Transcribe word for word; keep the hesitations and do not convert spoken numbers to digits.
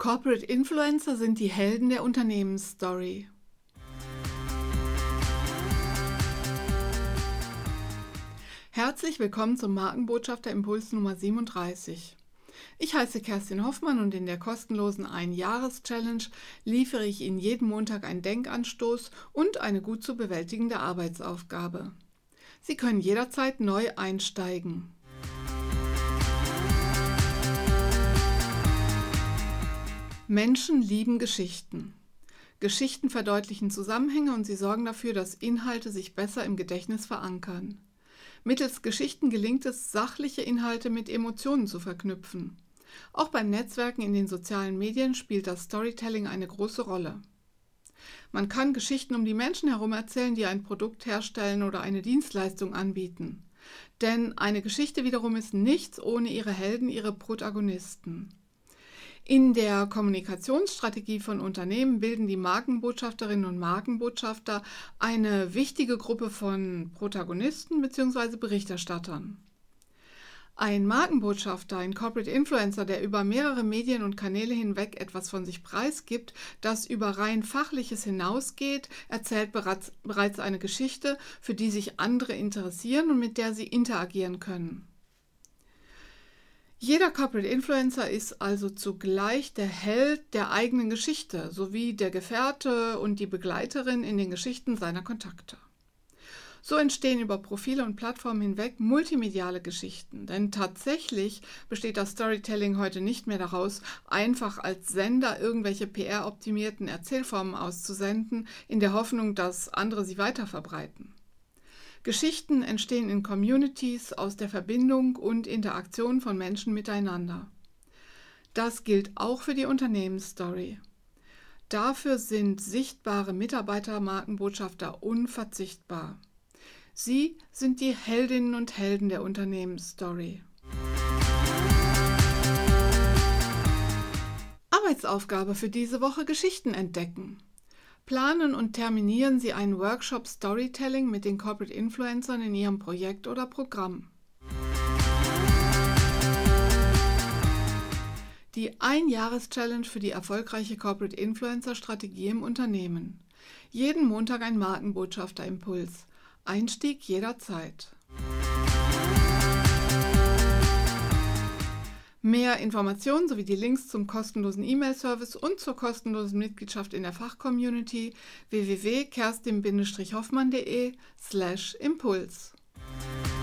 Corporate Influencer sind die Helden der Unternehmensstory. Herzlich willkommen zum Markenbotschafter Impuls Nummer siebenunddreißig. Ich heiße Kerstin Hoffmann und in der kostenlosen Ein-Jahres-Challenge liefere ich Ihnen jeden Montag einen Denkanstoß und eine gut zu bewältigende Arbeitsaufgabe. Sie können jederzeit neu einsteigen. Menschen lieben Geschichten. Geschichten verdeutlichen Zusammenhänge und sie sorgen dafür, dass Inhalte sich besser im Gedächtnis verankern. Mittels Geschichten gelingt es, sachliche Inhalte mit Emotionen zu verknüpfen. Auch beim Netzwerken in den sozialen Medien spielt das Storytelling eine große Rolle. Man kann Geschichten um die Menschen herum erzählen, die ein Produkt herstellen oder eine Dienstleistung anbieten. Denn eine Geschichte wiederum ist nichts ohne ihre Helden, ihre Protagonisten. In der Kommunikationsstrategie von Unternehmen bilden die Markenbotschafterinnen und Markenbotschafter eine wichtige Gruppe von Protagonisten bzw. Berichterstattern. Ein Markenbotschafter, ein Corporate Influencer, der über mehrere Medien und Kanäle hinweg etwas von sich preisgibt, das über rein Fachliches hinausgeht, erzählt bereits, bereits eine Geschichte, für die sich andere interessieren und mit der sie interagieren können. Jeder Corporate Influencer ist also zugleich der Held der eigenen Geschichte, sowie der Gefährte und die Begleiterin in den Geschichten seiner Kontakte. So entstehen über Profile und Plattformen hinweg multimediale Geschichten, denn tatsächlich besteht das Storytelling heute nicht mehr daraus, einfach als Sender irgendwelche P R-optimierten Erzählformen auszusenden, in der Hoffnung, dass andere sie weiterverbreiten. Geschichten entstehen in Communities aus der Verbindung und Interaktion von Menschen miteinander. Das gilt auch für die Unternehmensstory. Dafür sind sichtbare Mitarbeiter-Markenbotschafter unverzichtbar. Sie sind die Heldinnen und Helden der Unternehmensstory. Arbeitsaufgabe für diese Woche: Geschichten entdecken. Planen und terminieren Sie einen Workshop Storytelling mit den Corporate Influencern in Ihrem Projekt oder Programm. Die Ein-Jahres-Challenge für die erfolgreiche Corporate Influencer-Strategie im Unternehmen. Jeden Montag ein Markenbotschafter-Impuls. Einstieg jederzeit. Mehr Informationen sowie die Links zum kostenlosen E-Mail-Service und zur kostenlosen Mitgliedschaft in der Fachcommunity w w w punkt kerstin Bindestrich hoffmann punkt de slash impuls.